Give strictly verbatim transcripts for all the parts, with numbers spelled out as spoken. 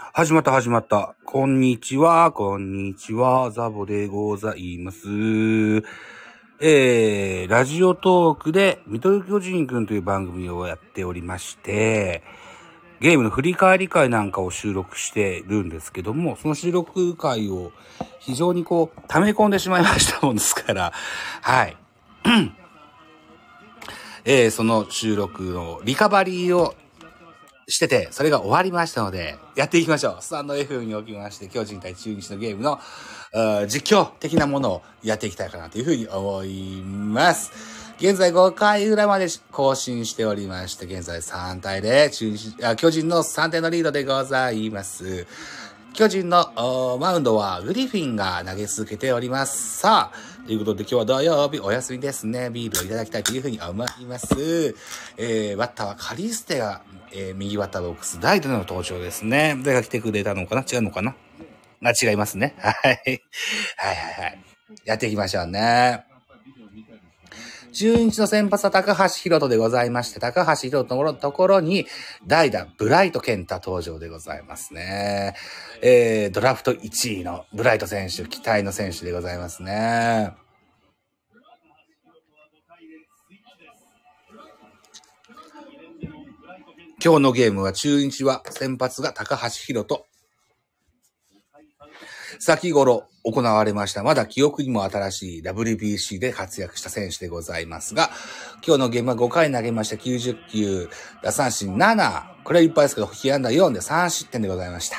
始まった始まった。こんにちは、こんにちは、ザボでございます。えー、ラジオトークで、ミドル巨人くんという番組をやっておりまして、ゲームの振り返り会なんかを収録してるんですけども、その収録会を非常にこう、溜め込んでしまいましたもんですから、はい。えー、その収録のリカバリーをしてて、それが終わりましたので、やっていきましょう。スタンド エフエム におきまして、巨人対中日のゲームの実況的なものをやっていきたいかなというふうに思います。現在ごかい裏まで更新しておりまして、現在さんたいで中日あ巨人のさんてんのリードでございます。巨人のマウンドはグリフィンが投げ続けております。さあ、ということで今日は土曜日お休みですね。ビールをいただきたいというふうに思います。えー、バッターはカリステが、えー、右バッターボックス代打の登場ですね。誰が来てくれたのかな違うのかなあ、違いますね。はい。はいはいはい。やっていきましょうね。中日の先発は高橋宏斗でございまして、高橋宏斗のところに代打ブライト健太登場でございますね。えー、ドラフトいちいのブライト選手、期待の選手でございますね。今日のゲームは中日は先発が高橋宏斗。先頃行われました。まだ記憶にも新しい ダブリュービーシー で活躍した選手でございますが、今日のゲームはごかい投げました。きゅうじゅっきゅう、打三振なな。これはいっぱいですけど、被安打よんでさんしってんでございました。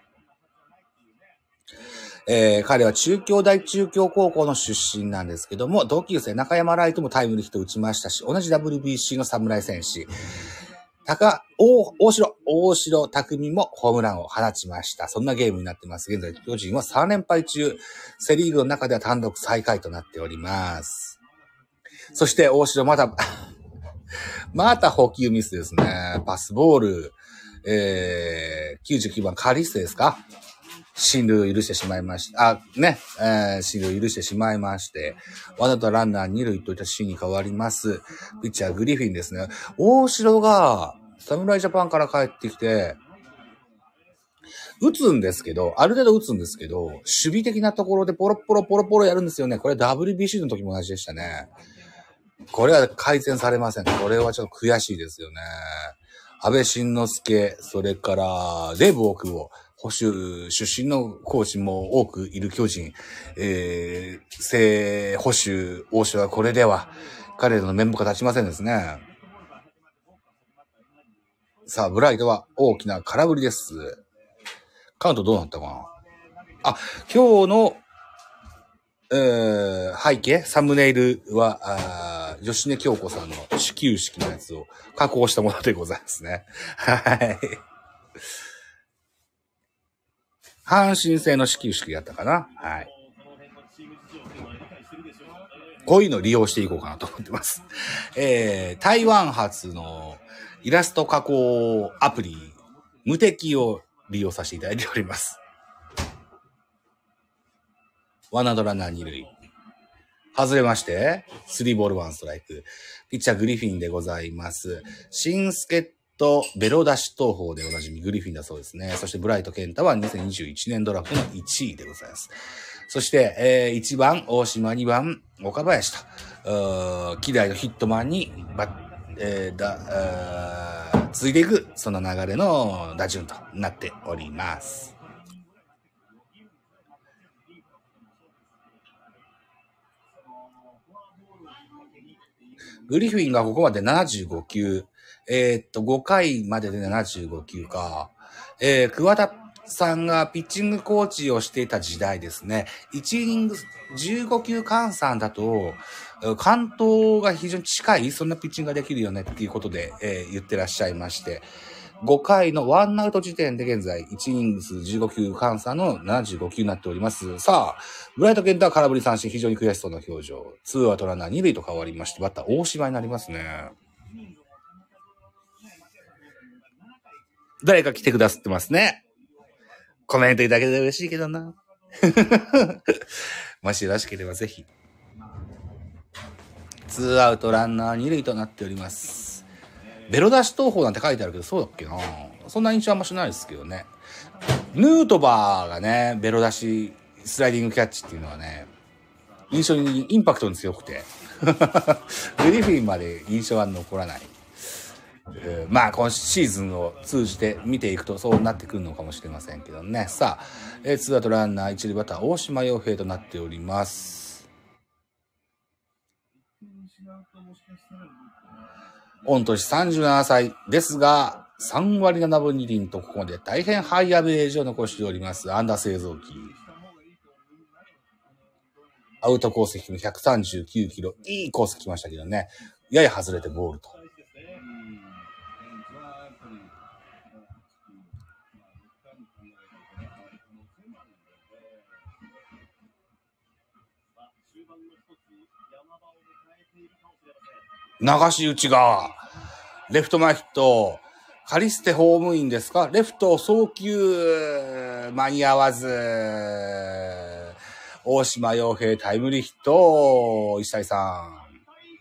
えー、彼は中京大中京高校の出身なんですけども、同級生中山ライトもタイムリーヒット打ちましたし、同じ ダブリュービーシー の侍戦士。高、大、大城、大城匠もホームランを放ちました。そんなゲームになってます。現在、巨人はさんれんぱい中、セリーグの中では単独最下位となっております。そして、大城また、また補給ミスですね。パスボール、えー、きゅうじゅうきゅうばんカリステですか進塁を許してしまいました。あ、ね、えー、進塁を許してしまいまして、ワンアウトランナーに塁といったシーンに変わります。ピッチャーグリフィンですね。大城が、侍ジャパンから帰ってきて、打つんですけど、ある程度打つんですけど、守備的なところでポロポロポロポロやるんですよね。これ ダブリュービーシー の時も同じでしたね。これは改善されません。これはちょっと悔しいですよね。安倍晋之助、それからデーブ奥保、保守出身のコーチも多くいる巨人、えー、正保守大城はこれでは彼らの面目が立ちませんですね。さあ、ブライトは大きな空振りです。カウントどうなったかなあ、今日の、えー、背景、サムネイルは、あ吉根京子さんの始球式のやつを加工したものでございますね。はい。阪神製の始球式やったかなはい。こういうのを利用していこうかなと思ってます。えー、台湾発のイラスト加工アプリ、無敵を利用させていただいております。ワンアウトランナーに塁。外れまして、スリーボールワンストライク。ピッチャーグリフィンでございます。新助っ人ベロダシ投法でおなじみグリフィンだそうですね。そしてブライト健太はにせんにじゅういちねんドラフトのいちいでございます。そして、えー、いちばん大島、にばん岡林と、希代のヒットマンにバッ、えー、だ、続いていく、その流れの打順となっております。グリフィンがここまでななじゅうごきゅう、えー、っと、ごかいまででななじゅうごきゅうか、えー、桑田さんがピッチングコーチをしていた時代ですね。いちイニングじゅうごきゅう換算だと、完投が非常に近い、そんなピッチングができるよねっていうことで、えー、言ってらっしゃいまして、ごかいのワンアウト時点で現在いちイニング数じゅうごきゅう換算のななじゅうごきゅうになっております。さあ、ブライト健太は空振り三振、非常に悔しそうな表情。ツーアウトランナーに塁と変わりまして、バッター大島になりますね。誰か来てくださってますね。コメントだけで嬉しいけどな。もしよろしければぜひ。ツーアウトランナーに塁となっております。 ベロ出し投法なんて書いてあるけど、そうだっけな。そんな印象あんましないですけどね。ヌートバーがね、ベロ出し、スライディングキャッチっていうのはね、印象に、インパクトに強くて、グリフィンまで印象は残らない。えー、まあ、今シーズンを通じて見ていくとそうなってくるのかもしれませんけどね。さあ、えー、ツーアウトランナー一塁バッター、大島洋平となっております。御年さんじゅうななさいですが、さんわりななぶにりんとここまで大変ハイアベレージを残しております。安打製造機。アウトコース低めひゃくさんじゅうきゅうキロ。いいコース来ましたけどね。やや外れてボールと。流し打ちが、レフト前ヒット。カリステホームインですか？レフト送球間に合わず。大島洋平タイムリーヒット。石谷さん。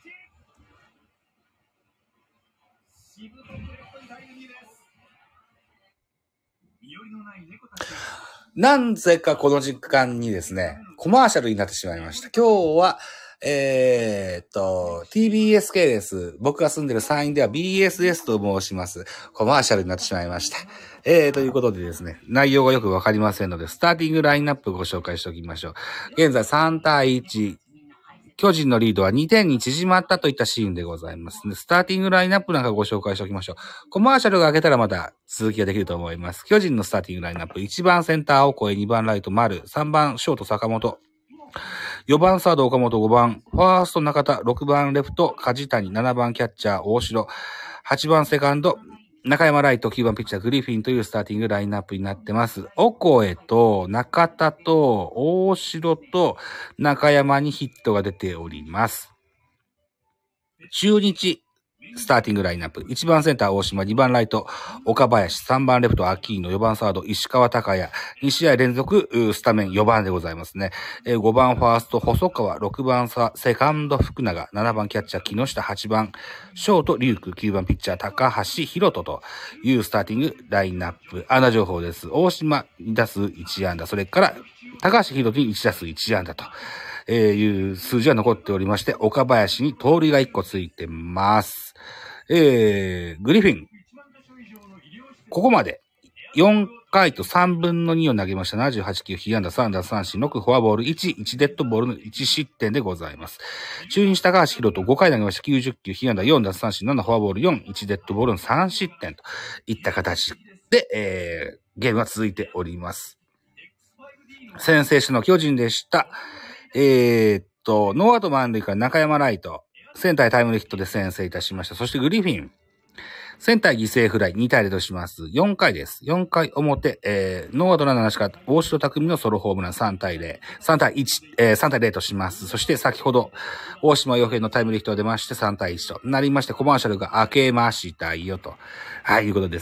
なぜかこの時間にですね、コマーシャルになってしまいました。今日は、えー、っと、ティービーエス 系です。僕が住んでる山陰では ビーエスエス と申します。コマーシャルになってしまいました。えー、ということでですね、内容がよくわかりませんので、スターティングラインナップをご紹介しておきましょう。現在さんたいいち、巨人のリードはにてんに縮まったといったシーンでございます。スターティングラインナップなんかご紹介しておきましょう。コマーシャルが開けたらまた続きができると思います。巨人のスターティングラインナップ。いちばんセンター青越、にばんライト丸、さんばんショート坂本、よばんサード岡本、ごばんファースト中田、ろくばんレフト梶谷、ななばんキャッチャー大城、はちばんセカンド中山ライト、きゅうばんピッチャーグリフィンというスターティングラインナップになってます。オコエと中田と大城と中山にヒットが出ております。中日スターティングラインナップ。いちばんセンター大島、にばんライト岡林、さんばんレフト秋野、よばんサード石川昂弥、にしあい連続スタメンよばんでございますね。ごばんファースト細川、ろくばんセカンド福永、ななばんキャッチャー木下、はちばんショート龍空、きゅうばんピッチャー高橋宏斗というスターティングラインナップ。安打情報です。大島にだすういちあんだ、それから高橋宏斗にいちだすういちあんだと。えー、いう数字は残っておりまして、岡林に盗塁がいっこついてます。えー、グリフィン。ここまでよんかいとさんぶんのにを投げました。ななじゅうはちきゅう、被安打さんださんしん、ろくフォアボールいち、いちデッドボールのいち失点でございます。中日高橋宏斗ごかい投げました。きゅうじゅっきゅう、被安打よんださんしん、ななフォアボールよん、いちデッドボールのさん失点といった形で、えー、ゲームは続いております。先制したの巨人でした。えー、っと、ノーアウト満塁から中山ライト、センターへタイムリーヒットで先制いたしました。そしてグリフィン、センター犠牲フライにたいゼロとします。よんかいです。よんかい表、えー、ノーアウトランナーなしから大城匠のソロホームランさんたいゼロ、さんたいいち、えー、さんたいゼロとします。そして先ほど、大島洋平のタイムリーヒットが出ましてさんたいいちとなりまして、コマーシャルが明けましたよと。はい、いうことです。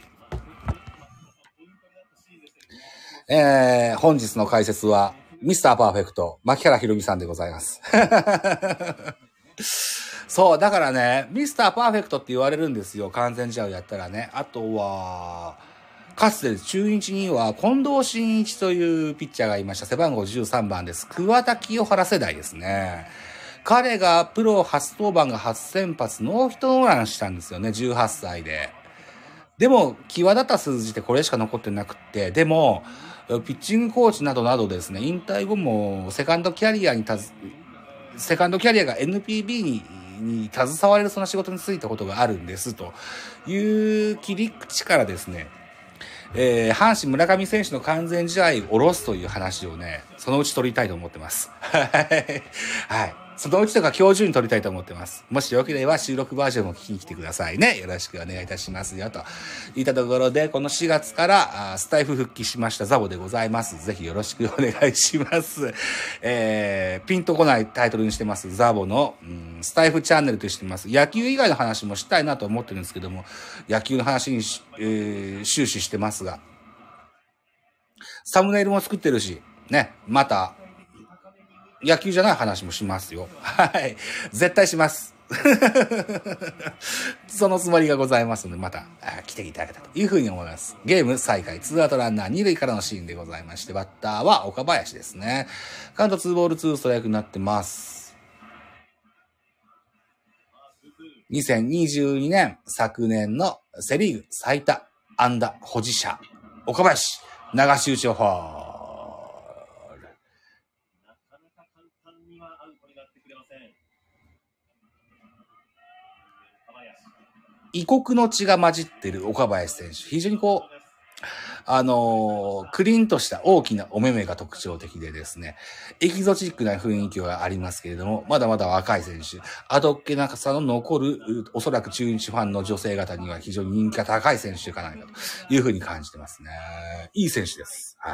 えー、本日の解説は、ミスターパーフェクト、牧原ひろみさんでございます。そう、だからね、ミスターパーフェクトって言われるんですよ。完全試合をやったらね。あとは、かつて中日には近藤真一というピッチャーがいました。背番号じゅうさんばんです。桑田清原世代ですね。彼がプロ初登板が初先発ノーヒットノーランしたんですよね。じゅうはっさいで。でも、際立った数字ってこれしか残ってなくって、でも、ピッチングコーチなどなどですね、引退後もセカンドキャリアにたず、セカンドキャリアが エヌピービー に、に携われるその仕事に就いたことがあるんですという切り口からですね、えー、阪神村上選手の完全試合を下ろすという話をね、そのうち取りたいと思ってます。はい。はい。そのうちとか今日中に撮りたいと思ってます。もしよければ収録バージョンも聞きに来てくださいね。よろしくお願いいたしますよ。といったところで、このしがつからスタイフ復帰しましたザボでございます。ぜひよろしくお願いします。えー、ピンとこないタイトルにしてます。ザボの、うん、スタイフチャンネルとしてます。野球以外の話もしたいなと思ってるんですけども、野球の話に、えー、終始してますが、サムネイルも作ってるし、ね、また、野球じゃない話もしますよ。はい。絶対します。 そのつもりがございますので、また来ていただけたというふうに思います。ゲーム再開、ツーアウトランナーに塁からのシーンでございまして、バッターは岡林ですね。カウントツーボールツーストライクになってます。にせんにじゅうにねん、昨年のセリーグ最多安打保持者、岡林、流し打ちをフォール。なかなか簡単にはアウトになってくれません。異国の血が混じってる岡林選手。非常にこう、あのー、クリーンとした大きなお目目が特徴的でですね、エキゾチックな雰囲気がありますけれども、まだまだ若い選手、あどけなさの残る、おそらく中日ファンの女性方には非常に人気が高い選手かないかというふうに感じてますね。いい選手です。はい。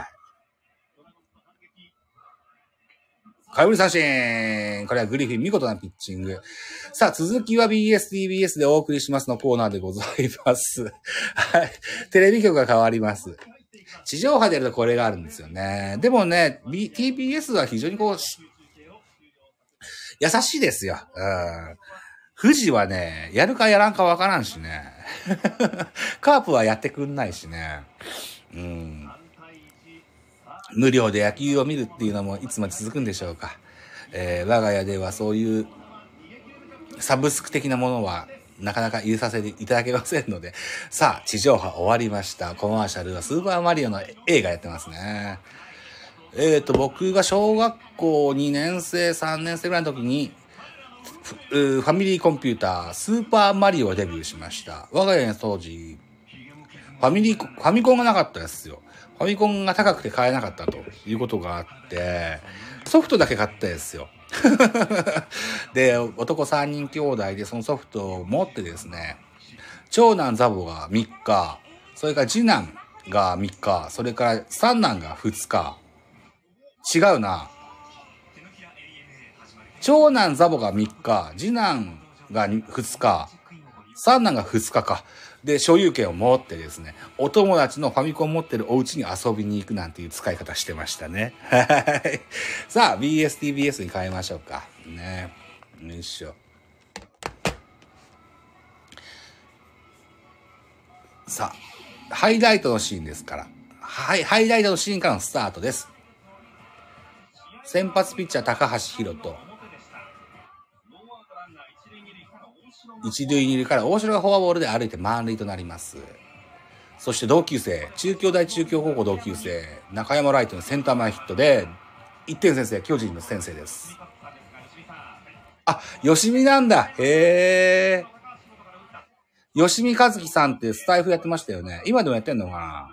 空振り三振。これはグリフィン見事なピッチング。さあ、続きは ビーエスティービーエス でお送りしますのコーナーでございます。はい。テレビ局が変わります。地上波でやるとこれがあるんですよね。でもね、B、ティービーエス は非常にこう、優しいですよ。うん。富士はね、やるかやらんかわからんしね。カープはやってくんないしね。うん。無料で野球を見るっていうのもいつまで続くんでしょうか。えー、我が家ではそういうサブスク的なものはなかなか入れさせていただけませんので、さあ、地上波終わりました。コマーシャルはスーパーマリオの映画やってますね。えっと、僕が小学校にねん生、さんねん生ぐらいの時に、ファミリーコンピューター、スーパーマリオをデビューしました。我が家の当時、ファミリー、ファミコンがなかったですよ。ファミコンが高くて買えなかったということがあって、ソフトだけ買ったですよ。で、男さんにん兄弟でそのソフトを持ってですね、長男ザボがみっか、それから次男がみっか、それから三男がふつか。違うな。長男ザボがみっか、次男がふつか、三男がふつかか。で、所有権を持ってですね、お友達のファミコン持ってるお家に遊びに行くなんていう使い方してましたね。はい。さあ、ビーエスティービーエス に変えましょうか。ね。よいしょ。さあ、ハイライトのシーンですから。はい、ハイライトのシーンからのスタートです。先発ピッチャー高橋宏斗。一塁二塁から大城がフォアボールで歩いて満塁となります。そして同級生、中京大中京高校同級生、中山ライトのセンター前ヒットで、いってん先制、巨人の先生です。あ、吉見なんだ。へー。吉見和樹さんってスタイフやってましたよね。今でもやってんのかな。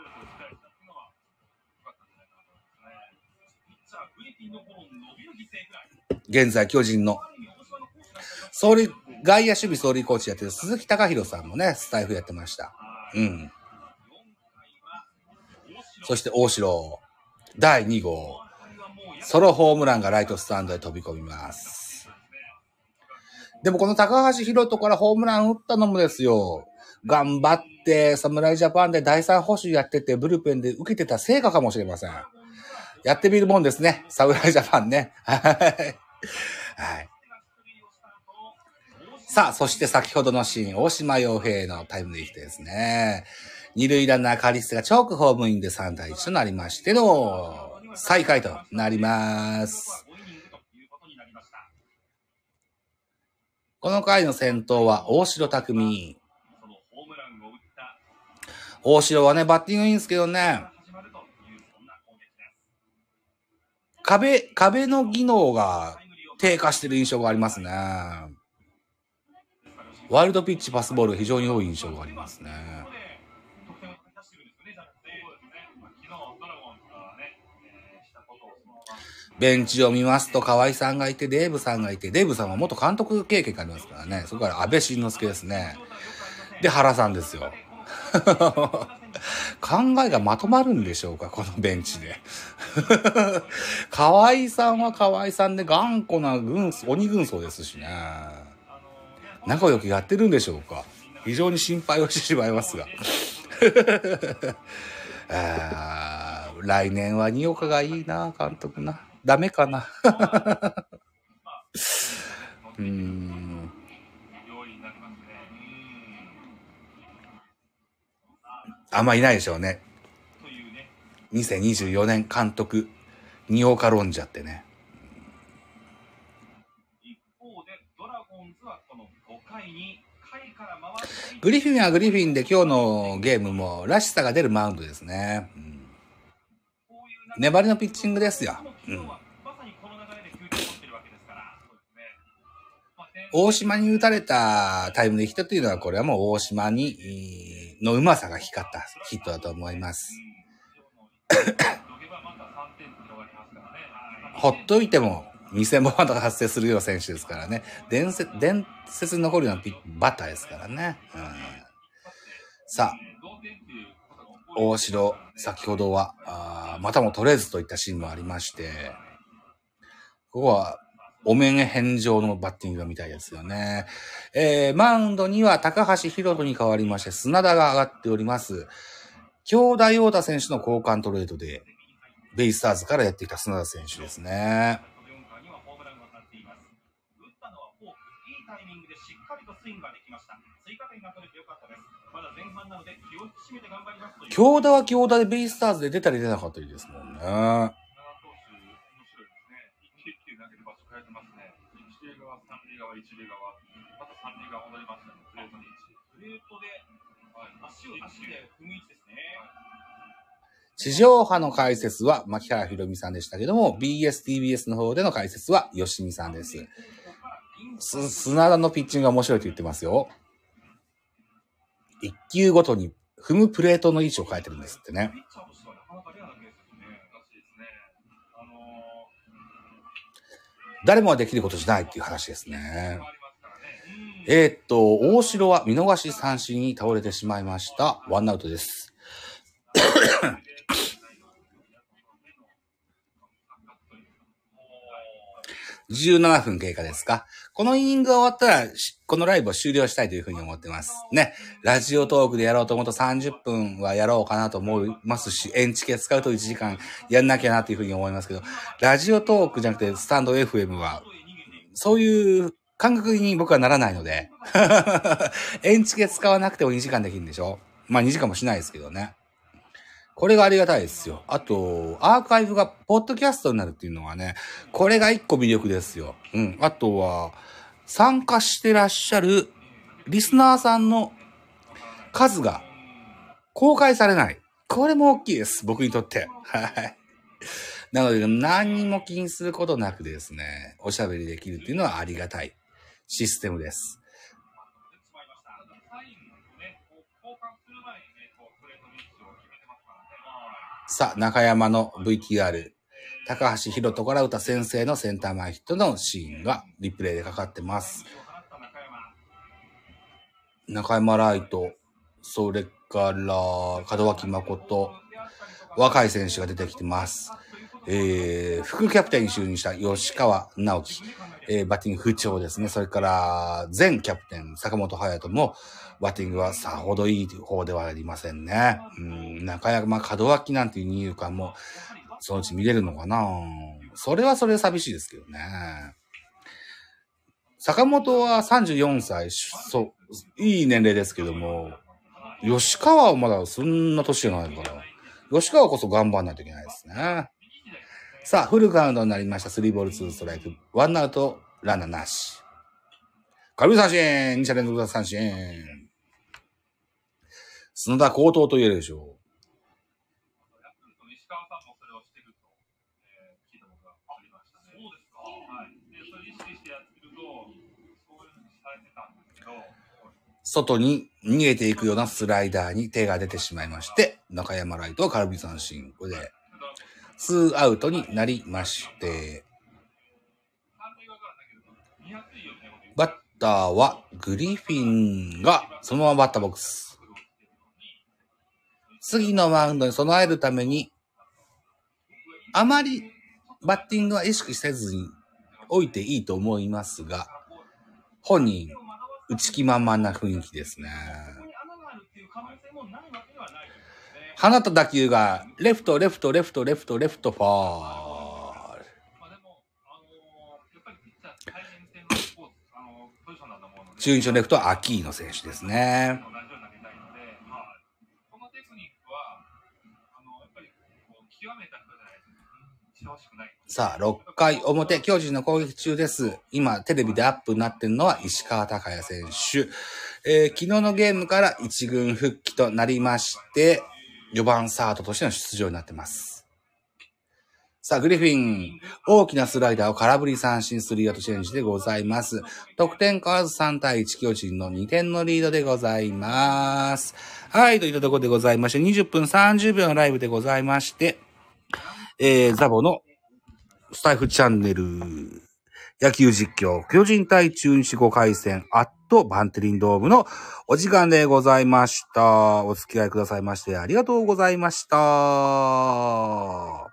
現在巨人の総理外野守備総理コーチやってる鈴木貴弘さんもね、スタイフやってました。うん。そして大城、だいに号、ソロホームランがライトスタンドへ飛び込みます。でもこの高橋宏斗からホームラン打ったのもですよ、頑張って侍ジャパンでだいさん捕手やっててブルペンで受けてた成果かもしれません。やってみるもんですね、侍ジャパンね。はい。はい。さあ、そして先ほどのシーン、大島洋平のタイムリーヒットですね。二塁ランナーカリスがチョークホームインでさんたいいちとなりましての再開となります。この回の先頭は大城拓実。大城はね、バッティングいいんですけどね、壁、壁の技能が低下してる印象がありますね。ワイルドピッチパスボールが非常に多い印象がありますね。ベンチを見ますと河合さんがいてデーブさんがいて、デーブさんは元監督経験がありますからね。そこから安倍晋之助ですね。で原さんですよ。考えがまとまるんでしょうか、このベンチで。河合さんは河合さんで頑固な軍鬼軍曹ですしね。仲良くやってるんでしょうか。非常に心配をしてしまいますが。あ来年は新岡がいいな、監督な。ダメかな。うーん。 あんまいないでしょうね。にせんにじゅうよねん監督、ニオカロンジャってね。グリフィンはグリフィンで今日のゲームもらしさが出るマウンドですね。うん、粘りのピッチングですよ。うん、大島に打たれたタイムリーヒットというのは、これはもう大島にのうまさが光ったヒットだと思います。ほっといてもにせんぼん安打が発生するような選手ですからね。伝説、伝説に残るようなバッターですからね。うん、さあ、大城、先ほどは、あまたも取れずといったシーンもありまして、ここは、お面返上のバッティングが見たいですよね。えー、マウンドには高橋宏斗に代わりまして、砂田が上がっております。京田陽太選手の交換トレードで、ベイスターズからやってきた砂田選手ですね。京田は京田でベイスターズで出たり出なかったりですもんね。地上波の解説は牧原ひろみさんでしたけども、ビーエスティービーエス の方での解説は吉見さんです。す砂田のピッチングが面白いと言ってますよ。一球ごとに踏むプレートの位置を変えてるんですってね。誰もができることじゃないっていう話ですね。えー、っと、大城は見逃し三振に倒れてしまいました。ワンアウトです。じゅうななふん経過ですか。このイニングが終わったら、このライブを終了したいというふうに思ってます。ね。ラジオトークでやろうと思うとさんじゅっぷんはやろうかなと思いますし、エンチケ使うといちじかんやんなきゃなというふうに思いますけど、ラジオトークじゃなくてスタンド エフエム は、そういう感覚に僕はならないので、エンチケ使わなくてもにじかんできるんでしょ？まあにじかんもしないですけどね。これがありがたいですよ。あと、アーカイブがポッドキャストになるっていうのはね、これが一個魅力ですよ。うん。あとは、参加してらっしゃるリスナーさんの数が公開されない。これも大きいです。僕にとって。はい。なので、何にも気にすることなくですね、おしゃべりできるっていうのはありがたいシステムです。さあ、中山の ブイティーアール、高橋宏斗から打った先生のセンター前ヒットのシーンがリプレイでかかってます。中山ライト、それから門脇誠、若い選手が出てきてます。えー、副キャプテンに就任した吉川直樹、えー、バッティング不調ですね。それから前キャプテン坂本勇人もバッティングはさほどいい方ではありませんね。うん、中山門脇なんていう二遊間もそのうち見れるのかな。それはそれで寂しいですけどね。坂本はさんじゅうよんさい、そう、いい年齢ですけども、吉川はまだそんな年じゃないから、吉川こそ頑張んないといけないですね。さあ、フルカウントになりました。スリーボールツーストライク。ワンアウト、ランナーなし。空振り三振、に者連続三振。砂田高騰と言えるでしょう。外に逃げていくようなスライダーに手が出てしまいまして、中山ライトは空振り三振。これで、ツーアウトになりまして、バッターはグリフィンがそのままバッターボックス。次のマウンドに備えるために、あまりバッティングは意識せずに置いていいと思いますが、本人、打ち気満々な雰囲気ですね。放った打球がレフト、レフト、レフト、レフト、レフト、ファール。中日のレフトはアキーノ選手ですね。 さあ、ろっかい表、巨人の攻撃中です。今、テレビでアップになってるのは石川昂弥選手。えー、昨日のゲームから一軍復帰となりまして、よばんサードとしての出場になってます。さあ、グリフィン、大きなスライダーを空振り三振スリーアウトチェンジでございます。得点変わらずさんたいいち、巨人のにてんのリードでございます。はい、といったところでございまして、にじゅっぷんさんじゅうびょうのライブでございまして、えー、ザボのスタイフチャンネル、野球実況、巨人対中日ごかい戦、アットバンテリンドームのお時間でございました。お付き合いくださいましてありがとうございました。